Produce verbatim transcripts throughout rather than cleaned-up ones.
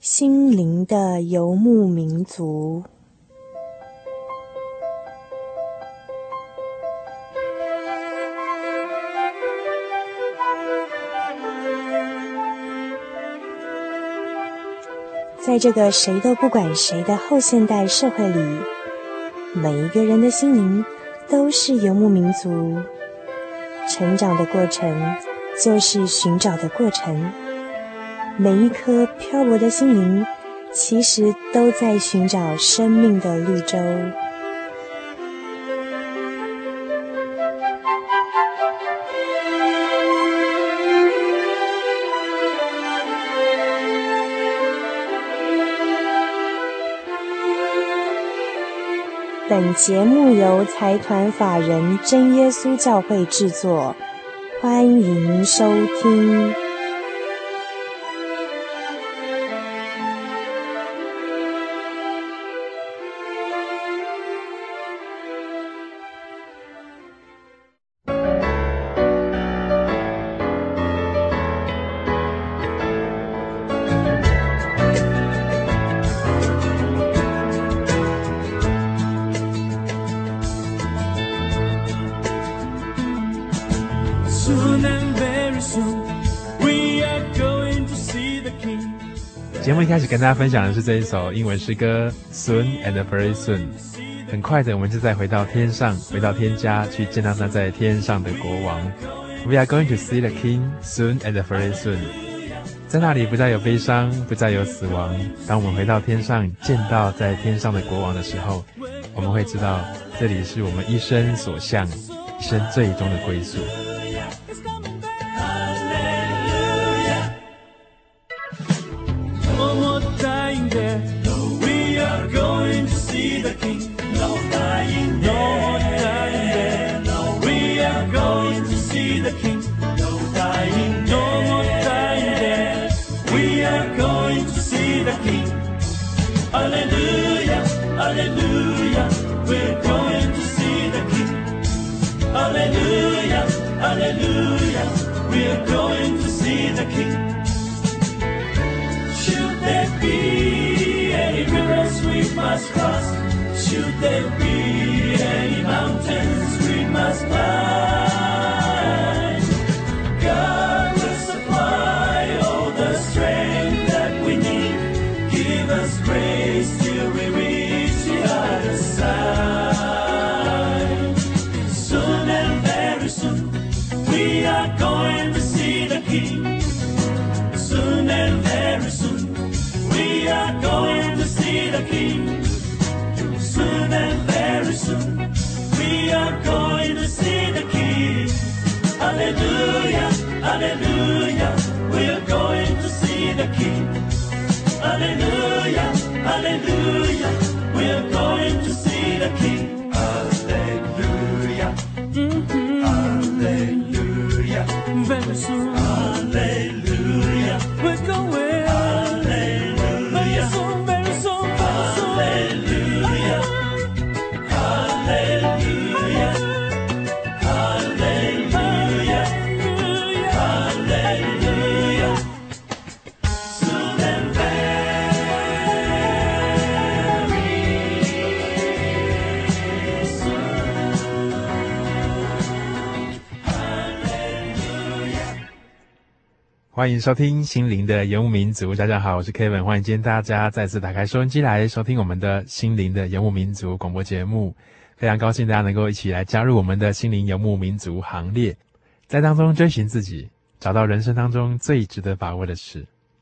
心灵的游牧民族。在这个谁都不管谁的后现代社会里，每一个人的心灵都是游牧民族。成长的过程就是寻找的过程，每一颗漂泊的心灵其实都在寻找生命的绿洲。本节目由财团法人真耶稣教会制作，欢迎收听。 节目一开始跟大家分享的是这一首英文诗歌 Soon and Very Soon。 很快的我们就再回到天上，回到天家，去见到那在天上的国王。 We are going to see the King soon and very soon。 在那里不再有悲伤，不再有死亡。当我们回到天上，见到在天上的国王的时候，我们会知道这里是我们一生所向，一生最终的归宿。 Hallelujah, hallelujah, we're going to see the King. Hallelujah, hallelujah, we're going to see the King. Should there be any rivers we must cross? Should there be any mountains we must climb? God will supply all the strength that we need. Give us grace till we reach the other side. Soon and very soon, we are going to see the King. Soon and very soon, we are going to see the King. Soon and very soon, we are going to see the King. Hallelujah, hallelujah, we're going to see the King. Hallelujah, hallelujah, we're going to see the King. Hallelujah, mm-hmm. Hallelujah, very soon. Hallelujah, we're going. Hallelujah, very soon, very soon, very soon. Hallelujah, hallelujah, hallelujah, hallelujah. Soon and very 欢迎收听心灵的游牧民族，大家好，我是 Kevin， 欢迎今天大家再次打开收音机来收听我们的心灵的游牧民族广播节目。非常高兴大家能够一起来加入我们的心灵游牧民族行列，在当中追寻自己，找到人生当中最值得把握的事。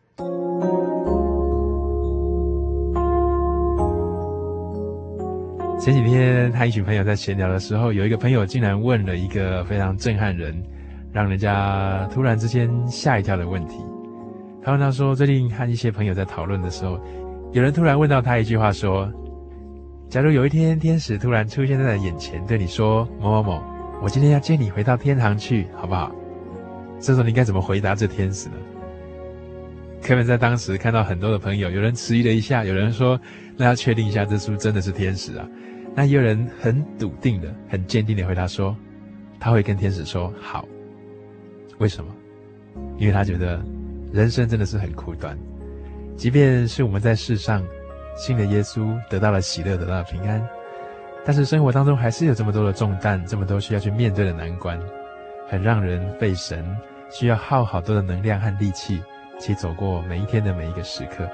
前几天和一群朋友在闲聊的时候，有一个朋友竟然问了一个非常震撼人，让人家突然之间吓一跳的问题。他问他说，最近和一些朋友在讨论的时候，有人突然问到他一句话说，假如有一天天使突然出现在眼前，对你说，某某某，我今天要接你回到天堂去，好不好？这时候你该怎么回答这天使呢？Kevin在当时看到很多的朋友，有人迟疑了一下，有人说那要确定一下这书真的是天使啊。那也有人很笃定的很坚定的回答说，他会跟天使说好。为什么？因为他觉得人生真的是很苦短， 即便是我们在世上信了耶稣，得到了喜乐，得到了平安，但是生活当中还是有这么多的重担，这么多需要去面对的难关，很让人费神，需要耗好多的能量和力气，去走过每一天的每一个时刻。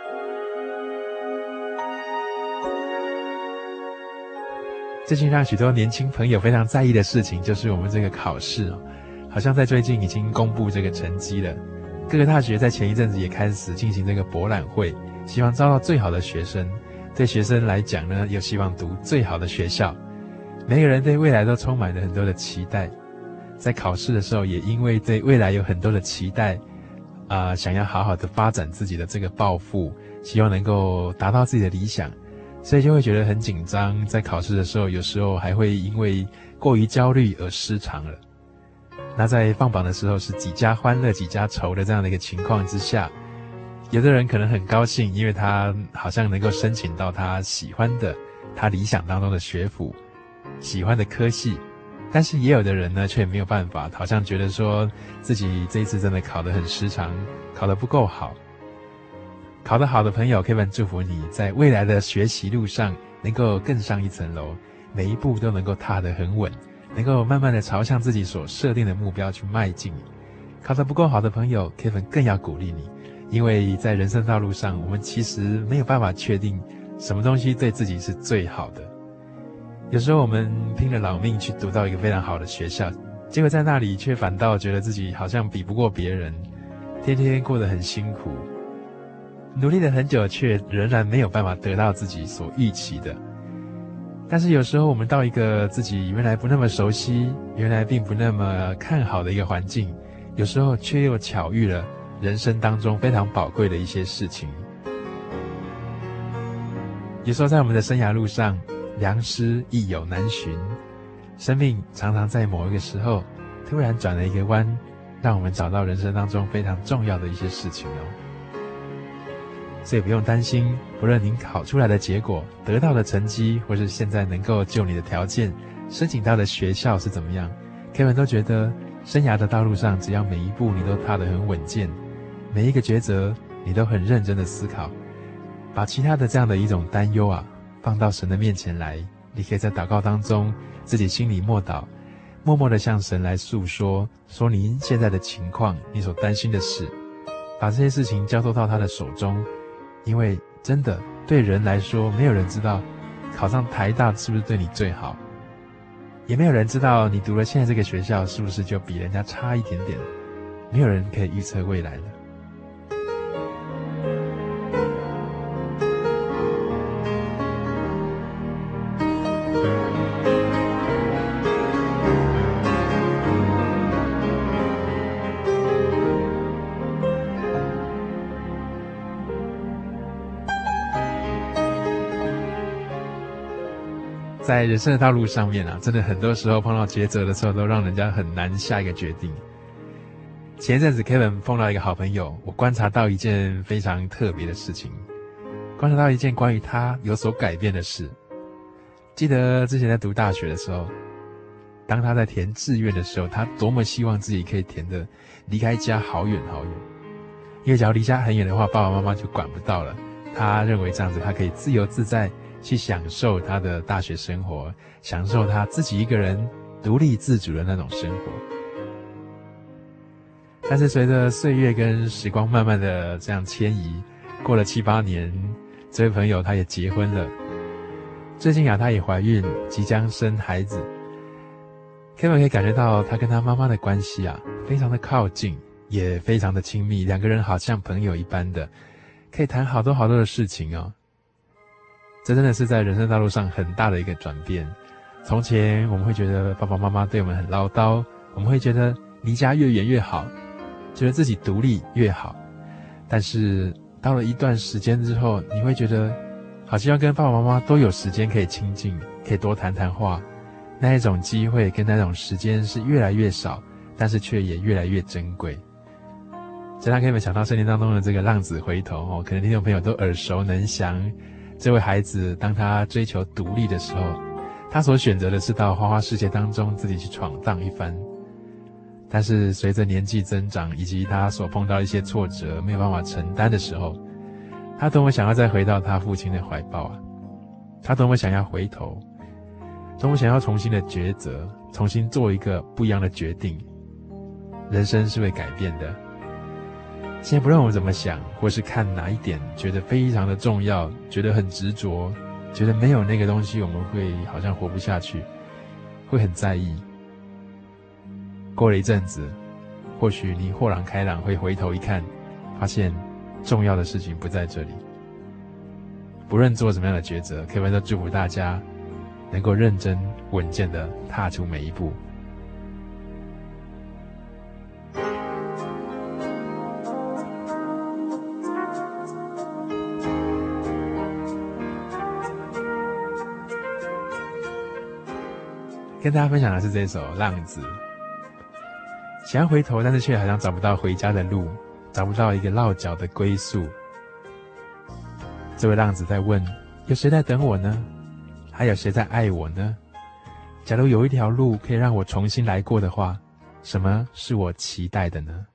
最近让许多年轻朋友非常在意的事情，就是我们这个考试哦，好像在最近已经公布这个成绩了。各个大学在前一阵子也开始进行这个博览会，希望招到最好的学生。对学生来讲呢，又希望读最好的学校。每个人对未来都充满了很多的期待，在考试的时候，也因为对未来有很多的期待，啊、呃，想要好好的发展自己的这个抱负，希望能够达到自己的理想。所以就会觉得很紧张，在考试的时候有时候还会因为过于焦虑而失常了。那在放榜的时候是几家欢乐几家愁的这样的一个情况之下，有的人可能很高兴，因为他好像能够申请到他喜欢的他理想当中的学府，喜欢的科系，但是也有的人呢却没有办法，好像觉得说自己这一次真的考得很失常，考得不够好。考得好的朋友 Kevin 祝福你在未来的学习路上能够更上一层楼，每一步都能够踏得很稳，能够慢慢的朝向自己所设定的目标去迈进。考得不够好的朋友 Kevin 更要鼓励你，因为在人生道路上，我们其实没有办法确定什么东西对自己是最好的。有时候我们拼了老命去读到一个非常好的学校，结果在那里却反倒觉得自己好像比不过别人，天天过得很辛苦，努力了很久，却仍然没有办法得到自己所预期的。但是有时候我们到一个自己原来不那么熟悉，原来并不那么看好的一个环境，有时候却又巧遇了人生当中非常宝贵的一些事情。有时候在我们的生涯路上，良师益友难寻，生命常常在某一个时候突然转了一个弯，让我们找到人生当中非常重要的一些事情哦。所以不用担心，不论您考出来的结果，得到的成绩，或是现在能够就你的条件申请到的学校是怎么样， Kevin 都觉得生涯的道路上，只要每一步你都踏得很稳健，每一个抉择你都很认真的思考，把其他的这样的一种担忧啊放到神的面前来，你可以在祷告当中自己心里默祷，默默地向神来诉说，说您现在的情况，你所担心的事，把这些事情交托到他的手中。因为真的对人来说，没有人知道考上台大是不是对你最好，也没有人知道你读了现在这个学校是不是就比人家差一点点，没有人可以预测未来的。在人生的道路上面啊，真的很多时候碰到抉择的时候，都让人家很难下一个决定。前一阵子 Kevin 碰到一个好朋友，我观察到一件非常特别的事情，观察到一件关于他有所改变的事。记得之前在读大学的时候，当他在填志愿的时候，他多么希望自己可以填得离开家好远好远，因为只要离家很远的话，爸爸妈妈就管不到了。他认为这样子他可以自由自在去享受他的大学生活，享受他自己一个人独立自主的那种生活。但是随着岁月跟时光慢慢的这样迁移，过了七八年，这位朋友他也结婚了。最近啊，他也怀孕，即将生孩子。Kevin 可以感觉到他跟他妈妈的关系啊，非常的靠近，也非常的亲密，两个人好像朋友一般的，可以谈好多好多的事情哦。这真的是在人生道路上很大的一个转变。从前我们会觉得爸爸妈妈对我们很唠叨，我们会觉得离家越远越好，觉得自己独立越好。但是到了一段时间之后，你会觉得好希望跟爸爸妈妈都有时间可以亲近，可以多谈谈话。那一种机会跟那种时间是越来越少，但是却也越来越珍贵。这让 Kevin 想到圣经当中的这个浪子回头哦，可能听众朋友都耳熟能详。这位孩子当他追求独立的时候，他所选择的是到花花世界当中自己去闯荡一番。但是随着年纪增长，以及他所碰到一些挫折没有办法承担的时候， 他多么想要再回到他父亲的怀抱啊！他多么想要回头，多么想要重新的抉择，重新做一个不一样的决定。人生是会改变的。现在不论我们怎么想，或是看哪一点觉得非常的重要，觉得很执着，觉得没有那个东西我们会好像活不下去，会很在意。过了一阵子，或许你豁然开朗，会回头一看，发现重要的事情不在这里。不论做什么样的抉择，可以都祝福大家能够认真稳健地踏出每一步。跟大家分享的是这首《浪子》。想要回头，但是却好像找不到回家的路，找不到一个落脚的归宿。这位浪子在问：有谁在等我呢？还有谁在爱我呢？假如有一条路可以让我重新来过的话，什么是我期待的呢？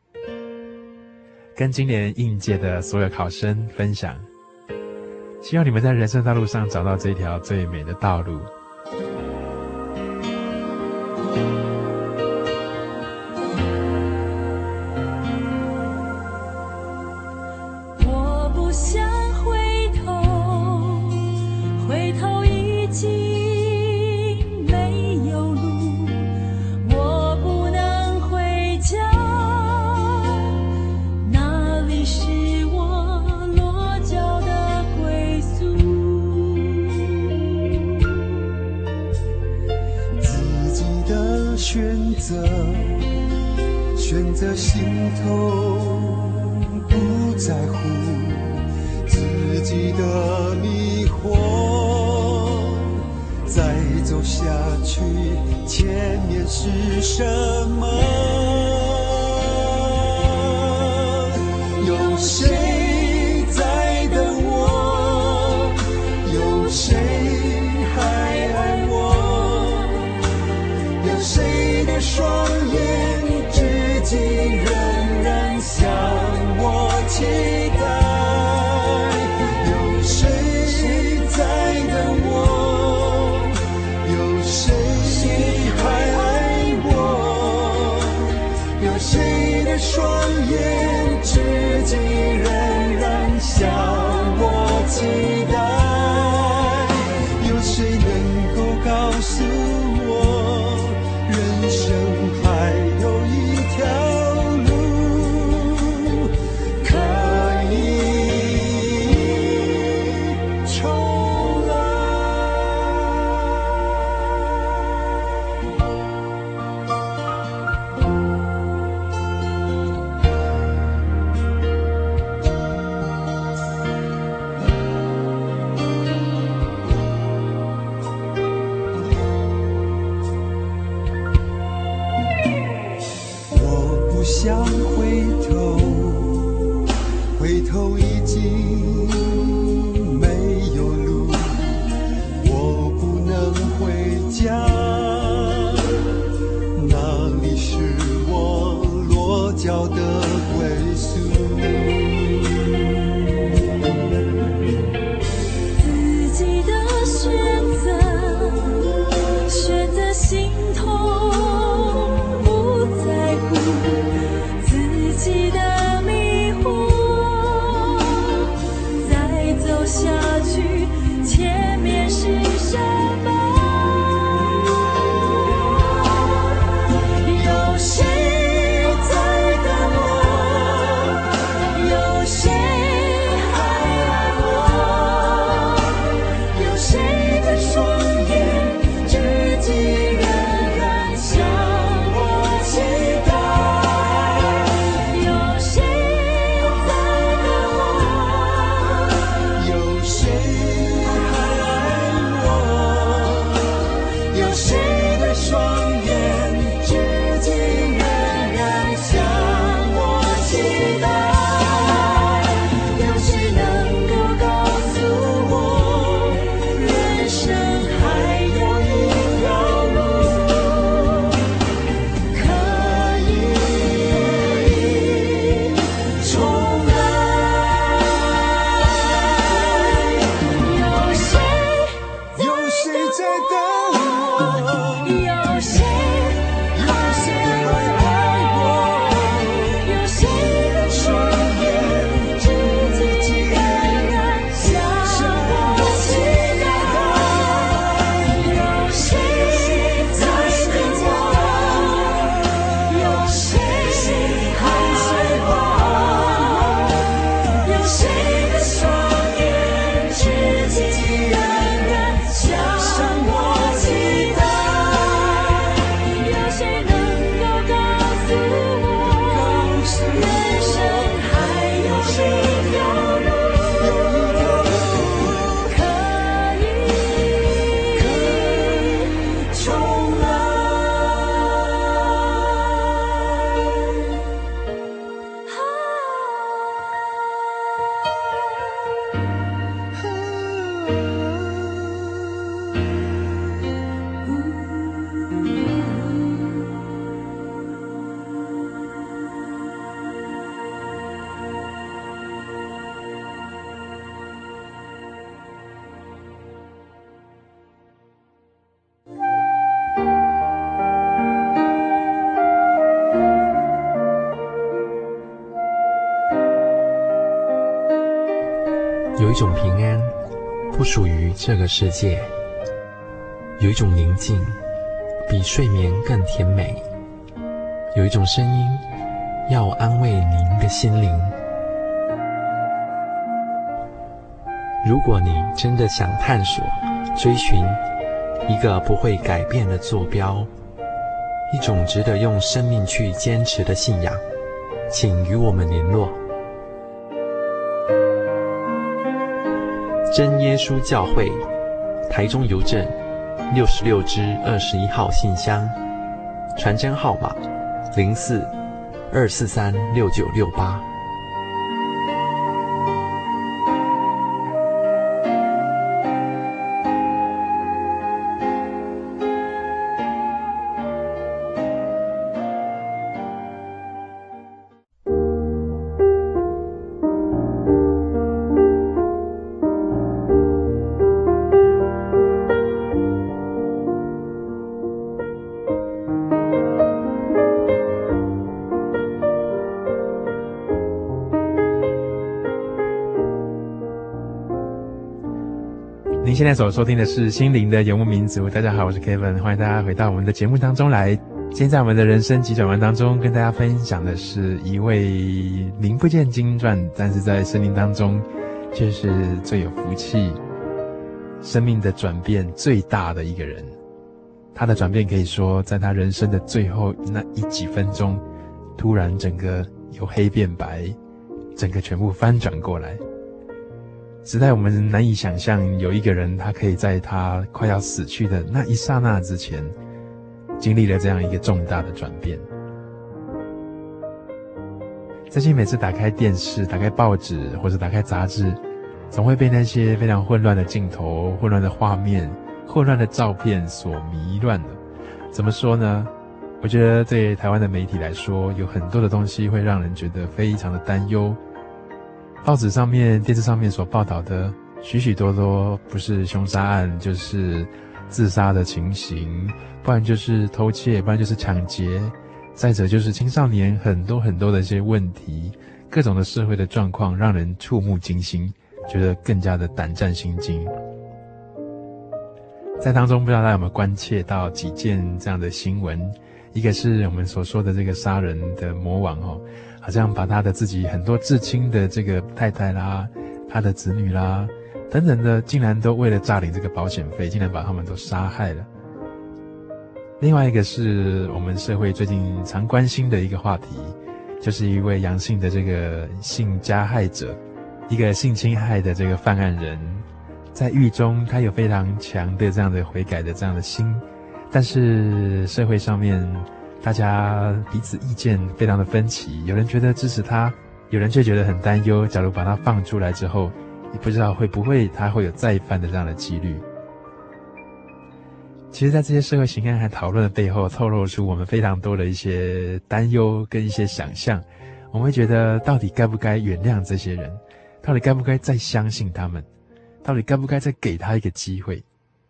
跟今年应届的所有考生分享，希望你们在人生道路上找到这条最美的道路。 选择心头不在乎自己的迷惑，再走下去前面是什么？有谁在等我？有谁还爱我？有谁的双眼竟仍然向我期待？有谁在等我？有谁还爱我？有谁的双眼至今仍然向我期待？有谁能够告诉我，人生还有一条路可以重来？ 有一种平安不属于这个世界，有一种宁静比睡眠更甜美，有一种声音要安慰您的心灵。如果你真的想探索追寻一个不会改变的坐标，一种值得用生命去坚持的信仰，请与我们联络。真耶稣教会台中邮政六十六支二十一号信箱，传真号码零四二四三六九六八。 您现在所收听的是心灵的游牧民族。大家好，我是 Kevin， 欢迎大家回到我们的节目当中来。今天在我们的人生急转弯当中，跟大家分享的是一位名不见经传，但是在生命当中却是最有福气、生命的转变最大的一个人。他的转变可以说在他人生的最后那一几分钟，突然整个由黑变白，整个全部翻转过来。实在我们难以想象，有一个人他可以在他快要死去的那一刹那之前，经历了这样一个重大的转变。最近每次打开电视、打开报纸或者打开杂志，总会被那些非常混乱的镜头、混乱的画面、混乱的照片所迷乱的。怎么说呢？我觉得对台湾的媒体来说，有很多的东西会让人觉得非常的担忧。报纸上面、电视上面所报道的许许多多，不是凶杀案就是自杀的情形，不然就是偷窃，不然就是抢劫，再者就是青少年很多很多的一些问题，各种的社会的状况让人触目惊心，觉得更加的胆战心惊。在当中不知道大家有没有关切到几件这样的新闻，一个是我们所说的这个杀人的魔王哦，好像把他的自己很多至亲的这个太太啦、他的子女啦等等的，竟然都为了诈领这个保险费，竟然把他们都杀害了。另外一个是我们社会最近常关心的一个话题，就是一位阳性的这个性加害者，一个性侵害的这个犯案人，在狱中他有非常强的这样的悔改的这样的心，但是社会上面大家彼此意见非常的分歧，有人觉得支持他，有人却觉得很担忧，假如把他放出来之后，也不知道会不会他会有再犯的这样的几率。其实在这些社会形案和讨论的背后，透露出我们非常多的一些担忧跟一些想象。我们会觉得到底该不该原谅这些人，到底该不该再相信他们，到底该不该再给他一个机会。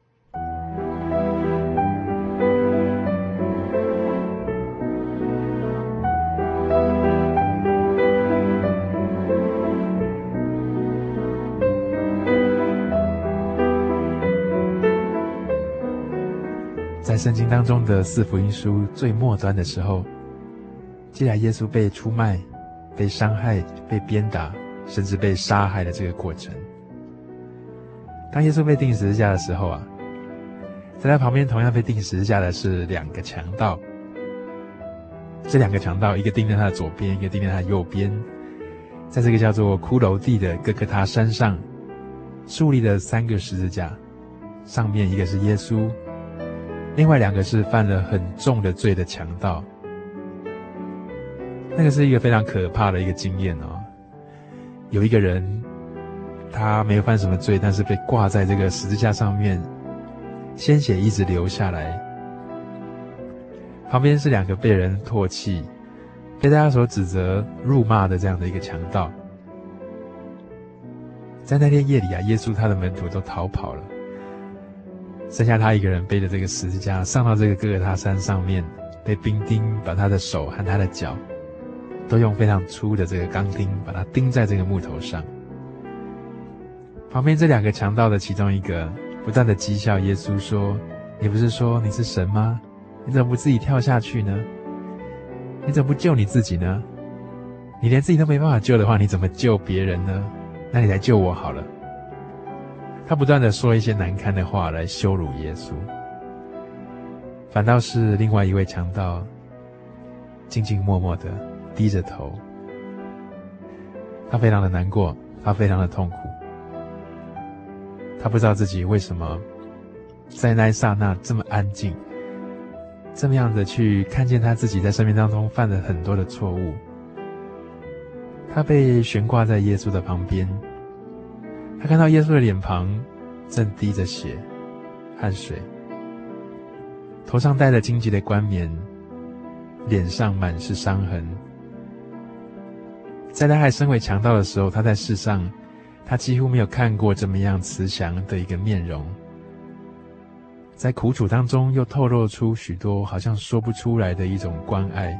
在圣经当中的四福音书最末端的时候，记载耶稣被出卖、被伤害、被鞭打，甚至被杀害的这个过程。当耶稣被钉十字架的时候啊，在他旁边同样被钉十字架的是两个强盗。这两个强盗，一个钉在他的左边，一个钉在他的右边，在这个叫做骷髅地的各各他山上竖立了三个十字架，上面一个是耶稣，另外两个是犯了很重的罪的强盗。那个是一个非常可怕的一个经验哦。有一个人，他没有犯什么罪，但是被挂在这个十字架上面，鲜血一直流下来。旁边是两个被人唾弃、被大家所指责、辱骂的这样的一个强盗。在那天夜里啊，耶稣他的门徒都逃跑了。剩下他一个人背着这个十字架上到这个各各他山上面，被兵丁把他的手和他的脚都用非常粗的这个钢钉把他钉在这个木头上。 旁边这两个强盗的其中一个不断的讥笑耶稣说：“你不是说你是神吗？你怎么不自己跳下去呢？你怎么不救你自己呢？你连自己都没办法救的话，你怎么救别人呢？那你来救我好了。”他不断的说一些难堪的话来羞辱耶稣，反倒是另外一位强盗静静默默的低着头，他非常的难过，他非常的痛苦，他不知道自己为什么在那一刹那这么安静，这么样的去看见他自己在生命当中犯了很多的错误。他被悬挂在耶稣的旁边，他看到耶稣的脸庞正滴着血汗水，头上戴着荆棘的冠冕，脸上满是伤痕。在他还身为强盗的时候，他在世上他几乎没有看过这么样慈祥的一个面容，在苦楚当中又透露出许多好像说不出来的一种关爱。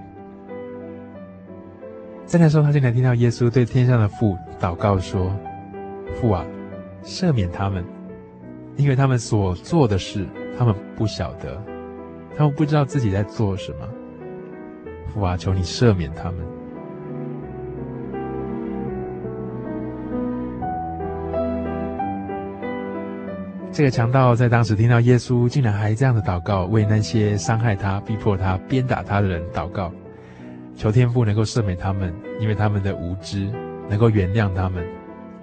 在那时候，他竟然听到耶稣对天上的父祷告说：“父啊，赦免他们，因为他们所做的事，他们不晓得，他们不知道自己在做什么。父啊，求你赦免他们。”这个强盗在当时听到耶稣竟然还这样的祷告，为那些伤害他、逼迫他、鞭打他的人祷告，求天父能够赦免他们，因为他们的无知，能够原谅他们。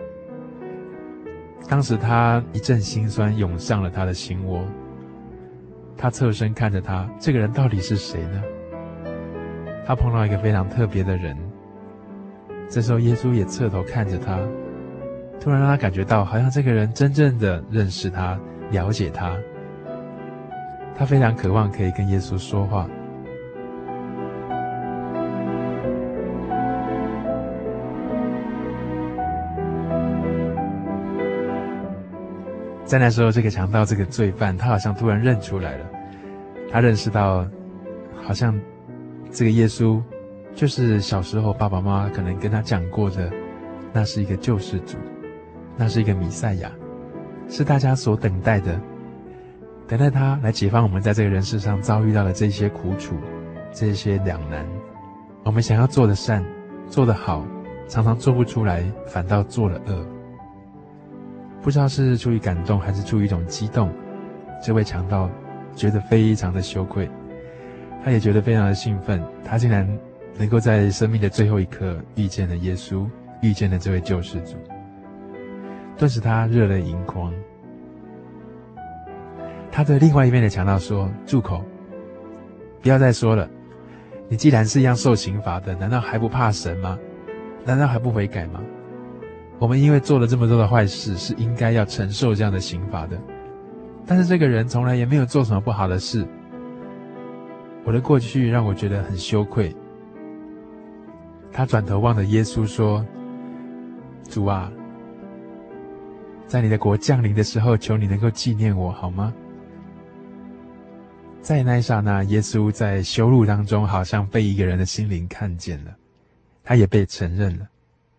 当时他一阵心酸涌上了他的心窝，他侧身看着他，这个人到底是谁呢？他碰到一个非常特别的人，这时候耶稣也侧头看着他，突然让他感觉到好像这个人真正的认识他，了解他。他非常渴望可以跟耶稣说话。在那时候，这个强盗，这个罪犯，他好像突然认出来了，他认识到好像这个耶稣就是小时候爸爸妈妈可能跟他讲过的，那是一个救世主，那是一个弥赛亚，是大家所等待的，等待他来解放我们在这个人世上遭遇到的这些苦楚，这些两难。我们想要做的善，做得好，常常做不出来，反倒做了恶。不知道是出于感动还是出于一种激动，这位强盗觉得非常的羞愧，他也觉得非常的兴奋，他竟然能够在生命的最后一刻遇见了耶稣，遇见了这位救世主，顿时他热泪盈眶。他对另外一边的强盗说：“住口，不要再说了，你既然是一样受刑罚的，难道还不怕神吗？难道还不悔改吗？我们因为做了这么多的坏事，是应该要承受这样的刑罚的。但是这个人从来也没有做什么不好的事，我的过去让我觉得很羞愧。”他转头望着耶稣说：“主啊，在你的国降临的时候，求你能够纪念我好吗？”在那一刹那，耶稣在羞辱当中好像被一个人的心灵看见了，他也被承认了。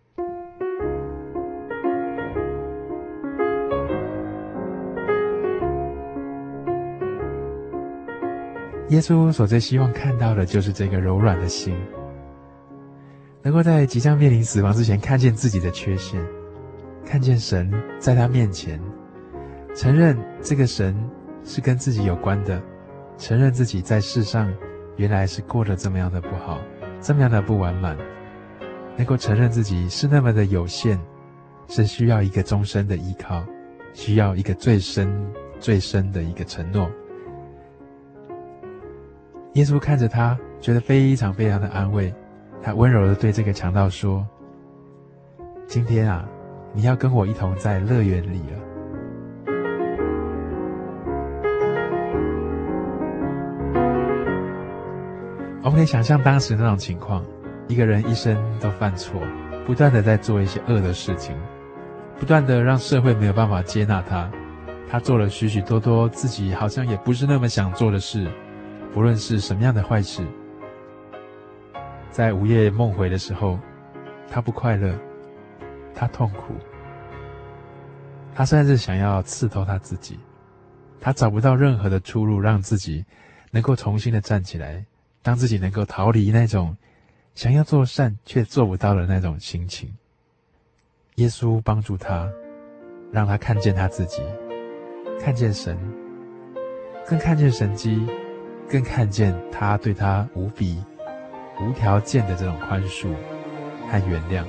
耶稣所最希望看到的就是这个柔软的心，能够在即将面临死亡之前看见自己的缺陷，看见神在他面前，承认这个神是跟自己有关的，承认自己在世上原来是过得这么样的不好，这么样的不完满，能够承认自己是那么的有限，是需要一个终身的依靠，需要一个最深最深的一个承诺。耶稣看着他，觉得非常非常的安慰，他温柔地对这个强盗说：“今天啊，你要跟我一同在乐园里了。”我们可以想象当时那种情况，一个人一生都犯错，不断地在做一些恶的事情，不断地让社会没有办法接纳他，他做了许许多多自己好像也不是那么想做的事，不论是什么样的坏事。在午夜梦回的时候，他不快乐，他痛苦， 他甚至想要刺透他自己，他找不到任何的出路，让自己能够重新的站起来，让自己能够逃离那种想要做善却做不到的那种心情。耶稣帮助他，让他看见他自己，看见神，更看见神迹，更看见他对他无比无条件的这种宽恕和原谅。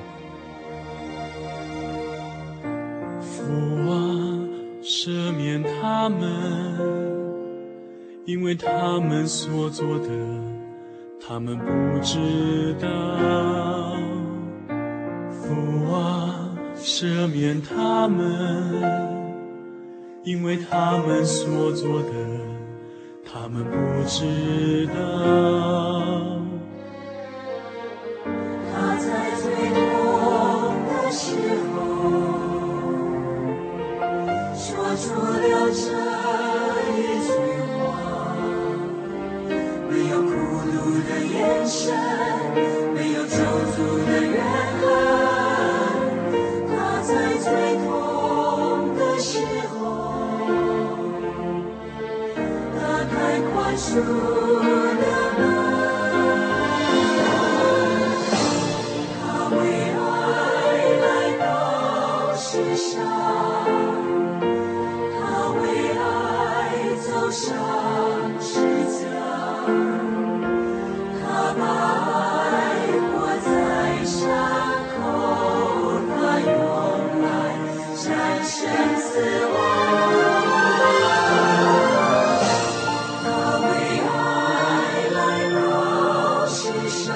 父啊，赦免他们，因为他们所做的，他们不知道。父啊，赦免他们，因为他们所做的，他们不知道。 他在最痛的时候说出了这一句话，没有孤独的眼神，没有救赎的怨恨。他在最痛的时候打开宽恕的门，他为爱来到世上，他为爱走上十字架，他把爱活在伤口，他用来战胜死亡。他为爱来到世上，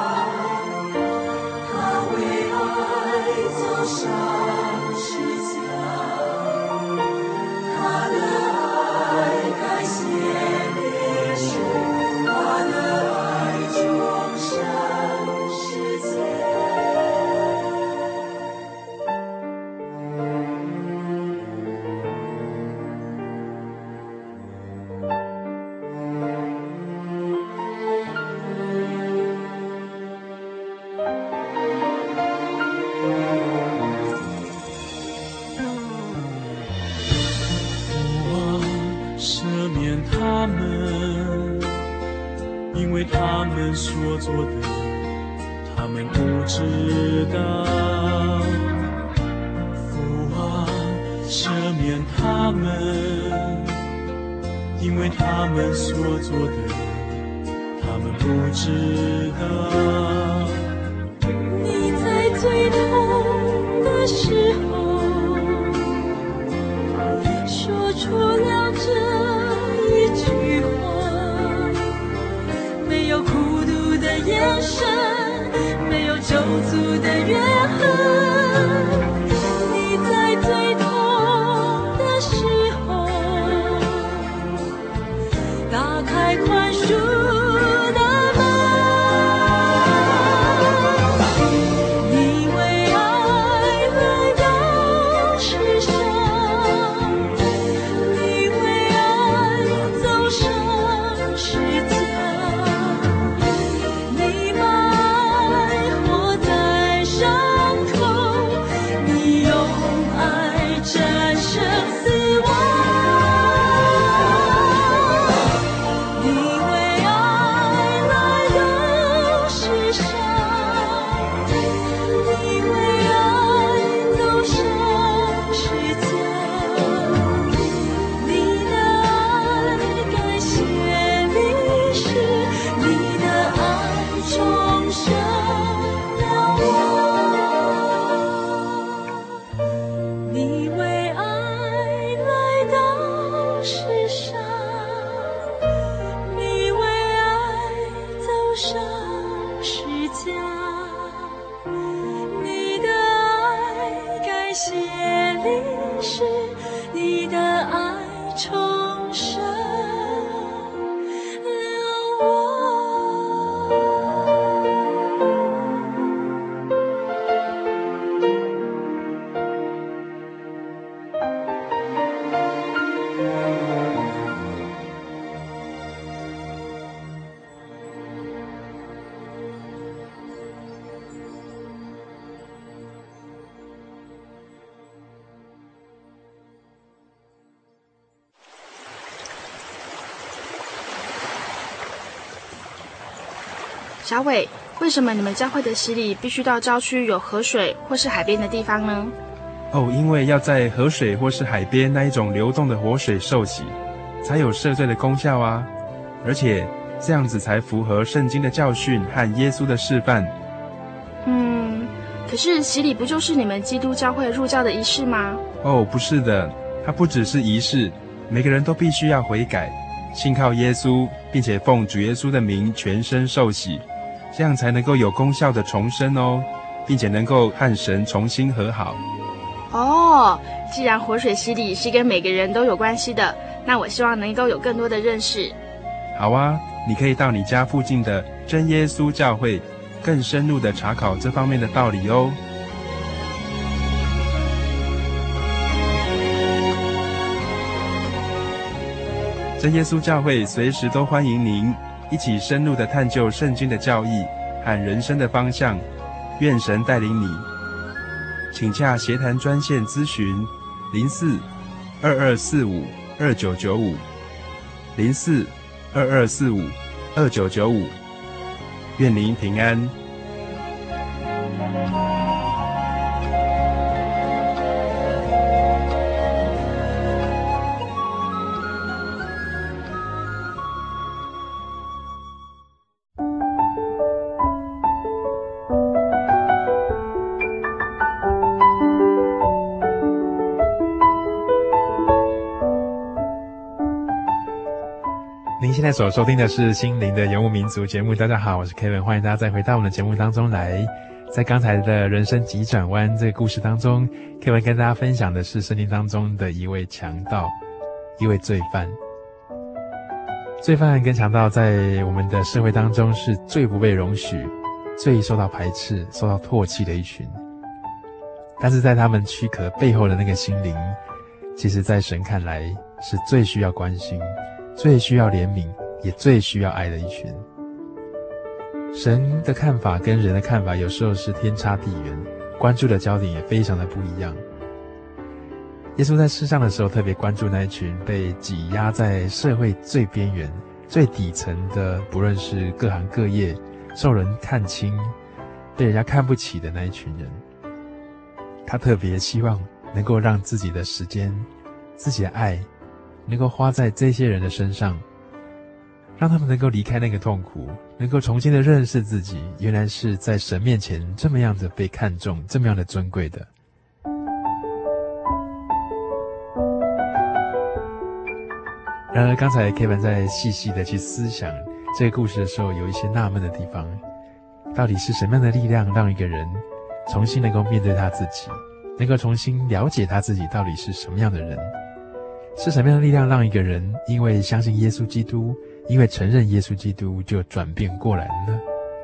他为爱走上十字架，他的爱改写历史，他的爱终身世界。 父啊，赦免他们，因为他们所做的，他们不知道。父啊，赦免他们，因为他们所做的，他们不知道。 你在最痛的时候说出了这一句话，没有孤独的眼神，没有救赎的怨恨。你在最痛的时候打开宽恕的门，你为爱来到世上，你为爱走上十字架，你把爱活在伤口，你用爱战胜死亡。你为爱来到世上，你为爱走上十字架，你的爱改写历史，你的爱重生了我。你为爱来到世上，你为爱走上十字架，你的爱改写历史，你的爱重生了我。 小伟，为什么你们教会的洗礼必须到郊区有河水或是海边的地方呢？ 哦，因为要在河水或是海边那一种流动的活水受洗，才有赦罪的功效啊。而且这样子才符合圣经的教训和耶稣的示范。 嗯，可是洗礼不就是你们基督教会入教的仪式吗？ 哦，不是的，它不只是仪式，每个人都必须要悔改，信靠耶稣，并且奉主耶稣的名全身受洗，这样才能够有功效的重生哦，并且能够和神重新和好。 哦，既然活水洗礼是跟每个人都有关系的，那我希望能够有更多的认识。 好啊，你可以到你家附近的真耶稣教会，更深入的查考这方面的道理哦。真耶稣教会随时都欢迎您一起深入的探究圣经的教义和人生的方向，愿神带领你。请洽协谈专线咨询零四二二四五二九九五零四二二四五二九九五，愿您平安。 您现在所收听的是心灵的游牧民族节目。大家好，我是 Kevin， 欢迎大家再回到我们的节目当中来。在刚才的人生急转弯这个故事当中， Kevin 跟大家分享的是圣经当中的一位强盗，一位罪犯。罪犯跟强盗在我们的社会当中是最不被容许、最受到排斥、受到唾弃的一群。但是在他们躯壳背后的那个心灵，其实在神看来是最需要关心、最需要怜悯，也最需要爱的一群。神的看法跟人的看法有时候是天差地远，关注的焦点也非常的不一样。耶稣在世上的时候特别关注那一群被挤压在社会最边缘、最底层的，不论是各行各业，受人看轻、被人家看不起的那一群人。他特别希望能够让自己的时间、自己的爱能够花在这些人的身上，让他们能够离开那个痛苦，能够重新的认识自己，原来是在神面前这么样的被看重，这么样的尊贵的。然而刚才 Kevin 在细细的去思想这个故事的时候，有一些纳闷的地方。到底是什么样的力量让一个人重新能够面对他自己，能够重新了解他自己到底是什么样的人？是什么样的力量让一个人因为相信耶稣基督，因为承认耶稣基督就转变过来了呢？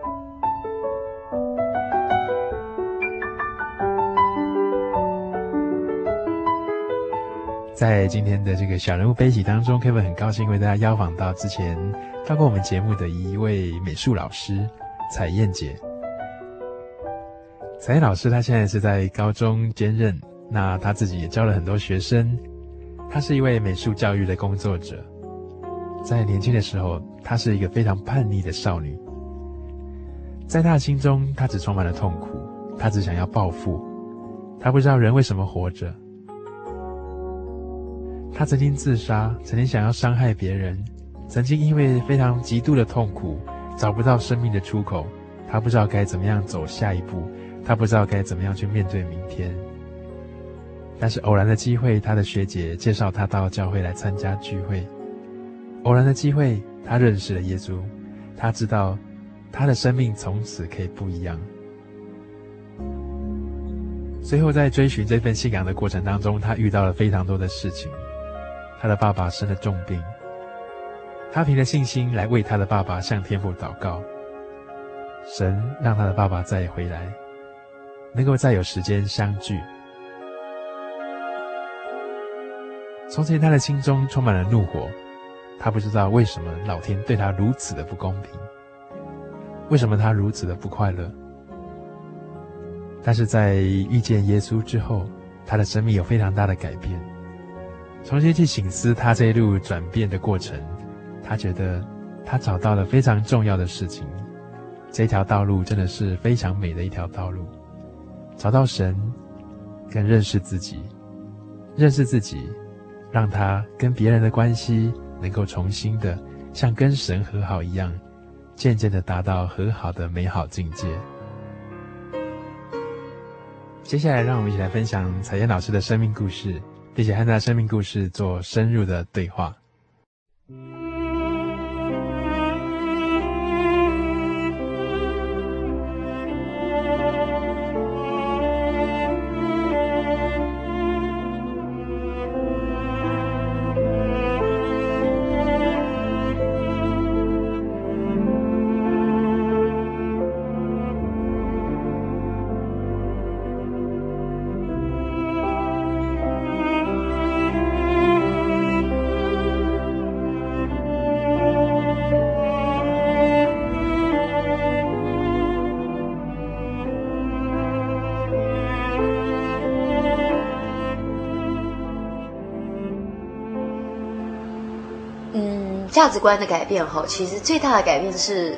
在今天的这个小人物悲喜当中 Kevin 很高兴为大家邀访到之前到过我们节目的一位美术老师彩燕姐。彩燕老师她现在是在高中兼任，那她自己也教了很多学生，她是一位美术教育的工作者。在年轻的时候，她是一个非常叛逆的少女，在她的心中她只充满了痛苦，她只想要报复，她不知道人为什么活着。他曾经自杀，曾经想要伤害别人，曾经因为非常极度的痛苦，找不到生命的出口，他不知道该怎么样走下一步，他不知道该怎么样去面对明天。但是偶然的机会，他的学姐介绍他到教会来参加聚会，偶然的机会，他认识了耶稣，他知道他的生命从此可以不一样。随后在追寻这份信仰的过程当中，他遇到了非常多的事情。他的爸爸生了重病，他凭着信心来为他的爸爸向天父祷告，神让他的爸爸再回来，能够再有时间相聚。从前他的心中充满了怒火，他不知道为什么老天对他如此的不公平，为什么他如此的不快乐。但是在遇见耶稣之后，他的生命有非常大的改变。重新去省思他这一路转变的过程，他觉得他找到了非常重要的事情， 这条道路真的是非常美的一条道路，找到神，更认识自己，认识自己，让他跟别人的关系能够重新的像跟神和好一样，渐渐的达到和好的美好境界。接下来让我们一起来分享彩妍老师的生命故事，并且和他的生命故事做深入的对话。 价值观的改变后，其实最大的改变是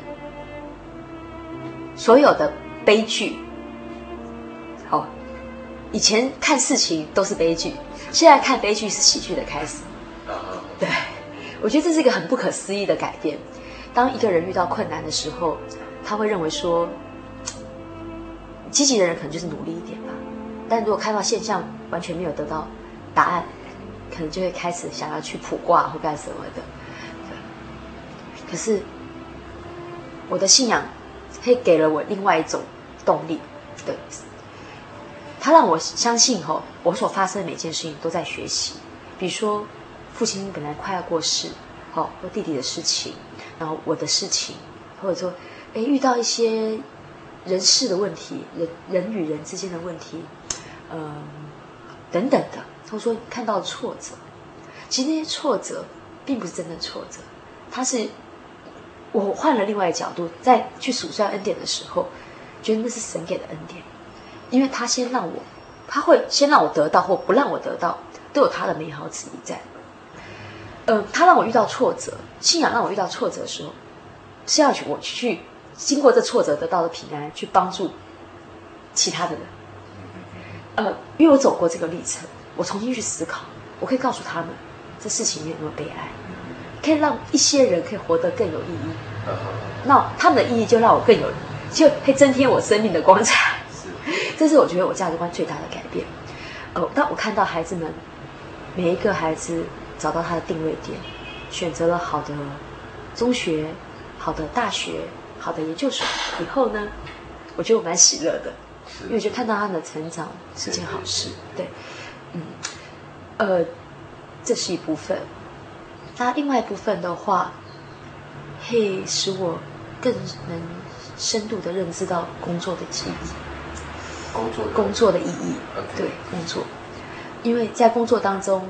所有的悲剧。好，以前看事情都是悲剧，现在看悲剧是喜剧的开始。对，我觉得这是一个很不可思议的改变。当一个人遇到困难的时候，他会认为说，积极的人可能就是努力一点吧。但如果看到现象完全没有得到答案，可能就会开始想要去卜卦或干什么的。可是我的信仰可以给了我另外一种动力，对，它让我相信吼，我所发生的每件事情都在学习。比如说父亲本来快要过世，好，或弟弟的事情，然后我的事情，或者说哎遇到一些人事的问题，人人与人之间的问题，嗯等等的，或者说看到挫折，其实那些挫折并不是真的挫折，它是我换了另外一个角度，在去数算恩典的时候，觉得那是神给的恩典，因为他先让我，他会先让我得到或不让我得到，都有他的美好旨意在。呃，他让我遇到挫折，信仰让我遇到挫折的时候，是要去我去经过这挫折得到的平安，去帮助其他的人。呃，因为我走过这个历程，我重新去思考，我可以告诉他们，这事情没有那么悲哀。可以让一些人可以活得更有意义，那他们的意义就让我更有，就可以增添我生命的光彩。这是我觉得我价值观最大的改变。呃，当我看到孩子们每一个孩子找到他的定位点，选择了好的中学、好的大学、好的研究所以后呢，我觉得我蛮喜乐的，因为我觉得看到他们的成长是件好事。对，嗯，呃，这是一部分。那另外一部分的话，会使我更能深度的认知到工作的意义， 工作工作的意义， okay. 对工作，因为在工作当中，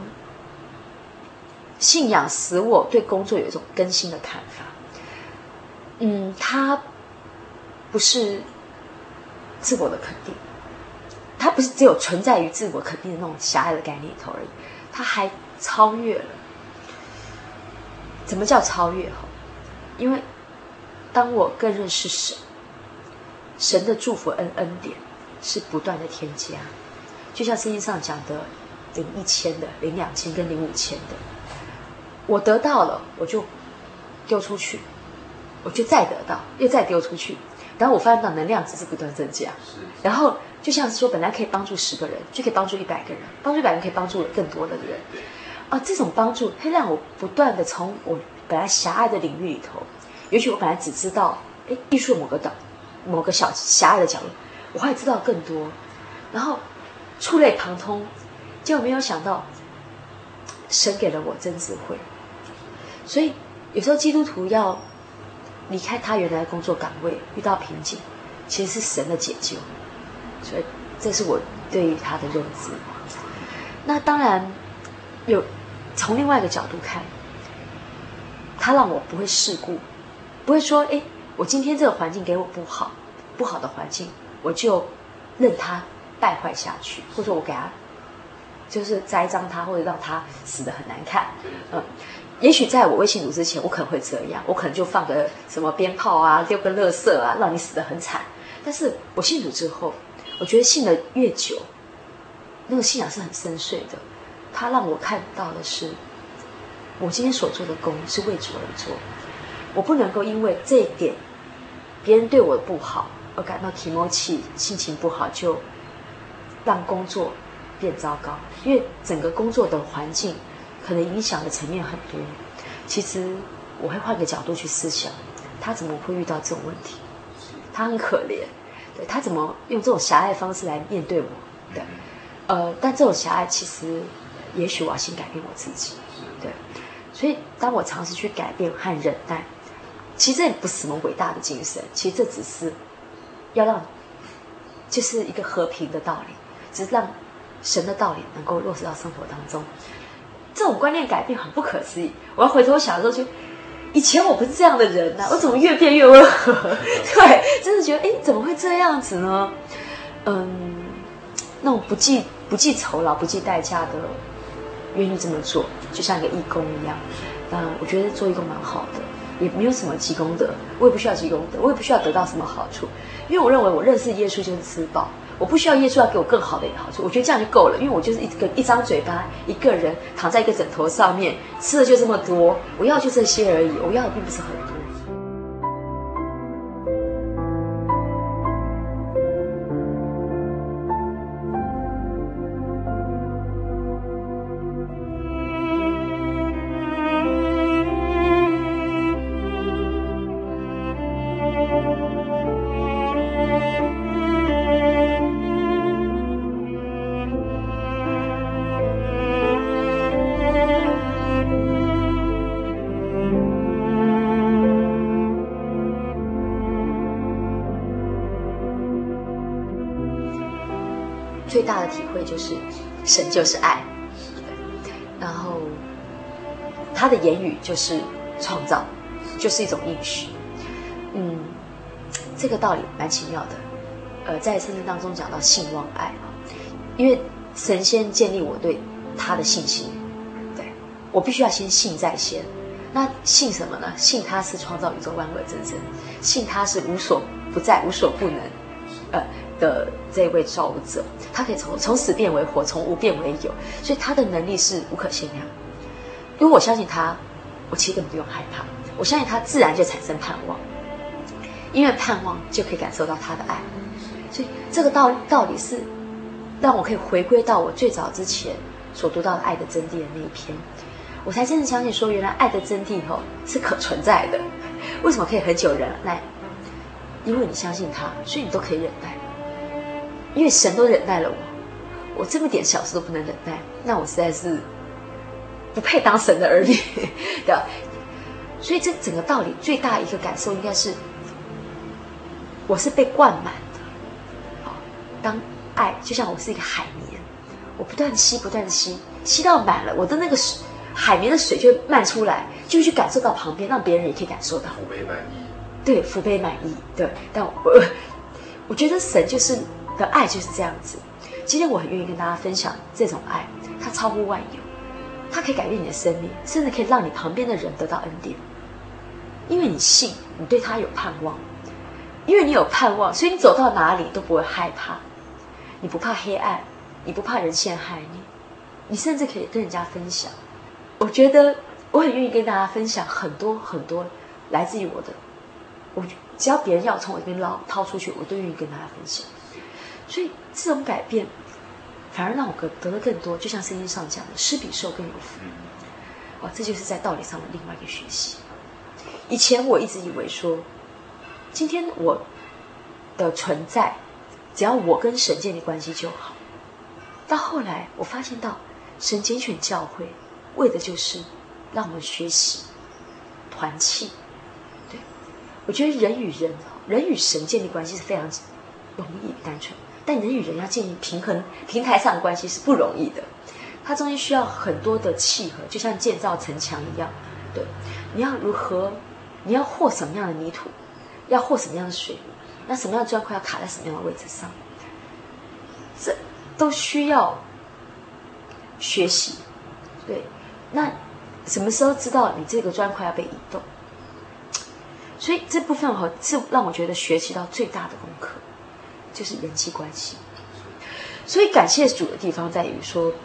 信仰使我对工作有一种更新的看法。嗯，它不是自我的肯定，它不是只有存在于自我肯定的那种狭隘的概念里头而已，它还超越了。怎么叫超越？因为当我更认识神，神的祝福恩恩典是不断的添加，就像圣经上讲的零一千的、零两千跟零五千的，我得到了，我就丢出去，我就再得到，又再丢出去，然后我发现到能量值是不断增加，然后就像是说，本来可以帮助十个人，就可以帮助一百个人，帮助一百人可以帮助更多的人。啊，这种帮助会让我不断的从我本来狭隘的领域里头，也许我本来只知道哎艺术某个岛某个小狭隘的角落，我会知道更多，然后触类旁通，结果没有想到神给了我真智慧。所以有时候基督徒要离开他原来的工作岗位，遇到瓶颈，其实是神的解救。所以这是我对于他的认知。那当然有从另外一个角度看，他让我不会世故，不会说哎，我今天这个环境给我不好，不好的环境我就任它败坏下去，或者我给它就是栽赃他或者让他死得很难看。嗯，也许在我未信主之前，我可能会这样，我可能就放个什么鞭炮啊，丢个垃圾啊，让你死得很惨。但是我信主之后，我觉得信得越久，那个信仰是很深邃的。它让我看到的是，我今天所做的工是为主而做，我不能够因为这一点别人对我不好而感到提莫气，心情不好，就让工作变糟糕。因为整个工作的环境可能影响的层面很多。其实我会换个角度去思想，他怎么会遇到这种问题？他很可怜，对，他怎么用这种狭隘的方式来面对我？对，呃，但这种狭隘其实，也许我要先改变我自己，对。所以当我尝试去改变和忍耐，其实这也不是什么伟大的精神，其实这只是要让，就是一个和平的道理，只是让神的道理能够落实到生活当中。这种观念改变很不可思议。我要回头想的时候，就以前我不是这样的人呐、啊，我怎么越变越温和？对，真的觉得哎，怎么会这样子呢？嗯，那种不计不计酬劳、不计代价的愿意这么做，就像一个义工一样。嗯，我觉得做义工蛮好的，也没有什么积功德，我也不需要积功德，我也不需要得到什么好处，因为我认为我认识耶稣就是吃饱。我不需要耶稣要给我更好的好处，我觉得这样就够了，因为我就是一个一张嘴巴，一个人躺在一个枕头上面，吃的就这么多，我要就这些而已，我要的并不是很多。最大的体会就是神就是爱，然后他的言语就是创造，就是一种应许。嗯，这个道理蛮奇妙的。呃，在圣经当中讲到信望爱，因为神先建立我对他的信心，对，我必须要先信在先。那信什么呢？信他是创造宇宙万物的真神，信他是无所不在、无所不能，呃的这位造物者，他可以从从死变为活，从无变为有，所以他的能力是无可限量。因为我相信他，我其实根本不用害怕，我相信他自然就产生盼望，因为盼望就可以感受到他的爱。所以这个道道理是让我可以回归到我最早之前所读到的爱的真谛的那一篇，我才真正相信说，原来爱的真谛吼是可存在的。为什么可以很久忍耐？因为你相信他，所以你都可以忍耐。因为神都忍耐了我，我这么点小事都不能忍耐，那我实在是不配当神的儿女，对吧？所以这整个道理最大一个感受应该是，我是被灌满的。好，当爱就像我是一个海绵，我不断的吸，不断的吸，吸到满了，我的那个水海绵的水就会漫出来，就会去感受到旁边，让别人也可以感受到。 福杯满溢。 对，福杯满溢。对，但我我觉得神就是的爱就是这样子。今天我很愿意跟大家分享这种爱，它超乎万有，它可以改变你的生命，甚至可以让你旁边的人得到恩典。因为你信，你对他有盼望，因为你有盼望，所以你走到哪里都不会害怕，你不怕黑暗，你不怕人陷害你，你甚至可以跟人家分享。我觉得我很愿意跟大家分享很多很多来自于我的，我只要别人要从我这边捞掏出去，我都愿意跟大家分享。所以这种改变反而让我得了更多，就像圣经上讲的，施比受更有福。哇，这就是在道理上的另外一个学习。以前我一直以为说，今天我的存在只要我跟神建立关系就好。到后来我发现到神拣选教会为的就是让我们学习团契。对，我觉得人与人人与神建立关系是非常容易单纯，但人与人要建立平衡平台上的关系是不容易的，它中间需要很多的契合，就像建造城墙一样。对，你要如何，你要和什么样的泥土，要和什么样的水，那什么样的砖块要卡在什么样的位置上，这都需要学习。对，那什么时候知道你这个砖块要被移动？所以这部分哈是让我觉得学习到最大的功课，就是人际关系。所以感谢主的地方在于说，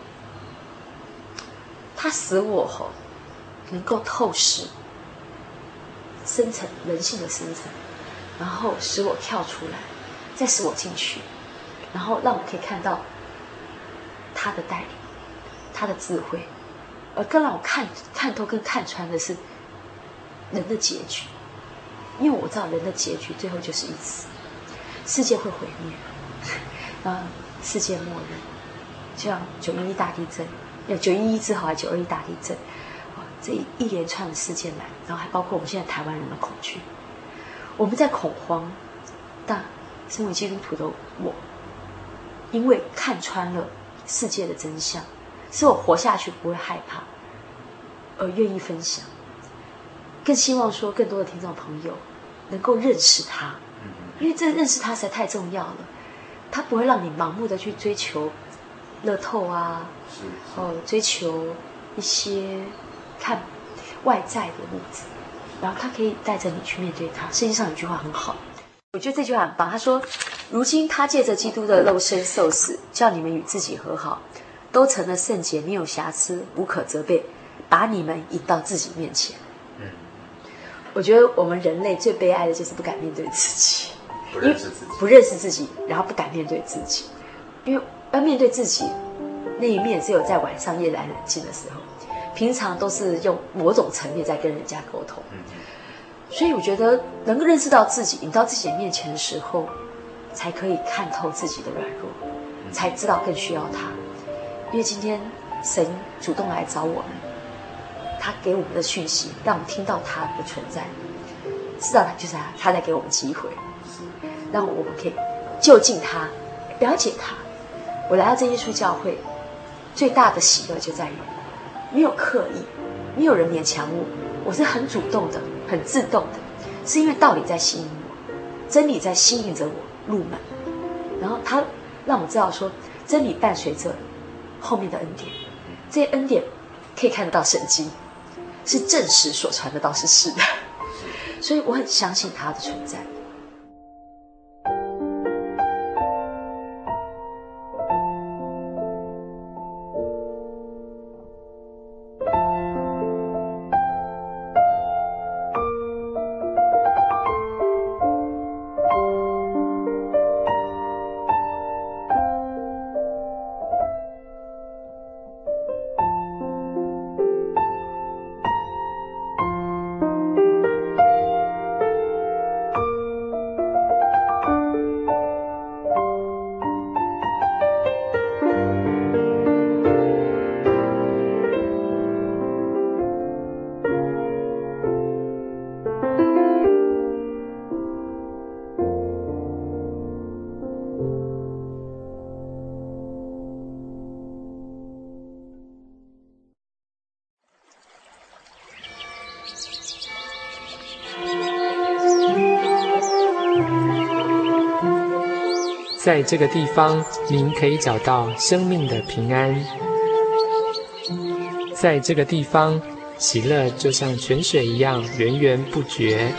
他使我哈能够透视深层人性的深层，然后使我跳出来，再使我进去，然后让我可以看到他的带领，他的智慧，而更让我看看透跟看穿的是人的结局。因为我知道人的结局最后就是一死，世界会毁灭，啊，世界末日，就像九一一大地震，有九一一之后还九二一大地震，啊，这一连串的事件来，然后还包括我们现在台湾人的恐惧，我们在恐慌，但身为基督徒的我，因为看穿了世界的真相，使我活下去不会害怕，而愿意分享。更希望说更多的听众朋友能够认识他，因为这认识他实在太重要了。他不会让你盲目的去追求乐透啊，哦，追求一些看外在的物质，然后他可以带着你去面对他。世界上有句话很好，我觉得这句话很棒。他说：“如今他借着基督的肉身受死，叫你们与自己和好，都成了圣洁，没有瑕疵，无可责备，把你们引到自己面前。”我觉得我们人类最悲哀的就是不敢面对自己， 不认识自己， 不认识自己，然后不敢面对自己，因为要面对自己那一面，只有在晚上夜阑人静的时候，平常都是用某种层面在跟人家沟通。所以我觉得能够认识到自己，引到自己的面前的时候，才可以看透自己的软弱，才知道更需要他。因为今天神主动来找我们，他给我们的讯息，让我们听到他的存在，知道他就是他，他在给我们机会，让我们可以就近他，了解他。我来到这耶稣教会，最大的喜乐就在于没有刻意，没有人勉强我，我是很主动的，很自动的，是因为道理在吸引我，真理在吸引着我入门，然后他让我知道说，真理伴随着后面的恩典，这些恩典可以看得到神迹。是证实所传的道是是的，所以我很相信它的存在。 在这个地方，您可以找到生命的平安。在这个地方，喜乐就像泉水一样源源不绝。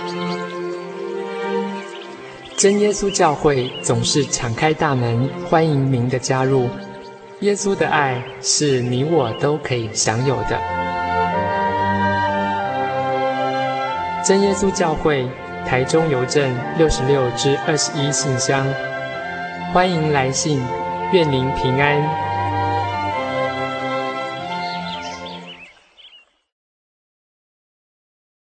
真耶稣教会总是敞开大门，欢迎您的加入。耶稣的爱是你我都可以享有的。真耶稣教会，台中邮政六十六至二十一信箱。欢迎来信，愿您平安。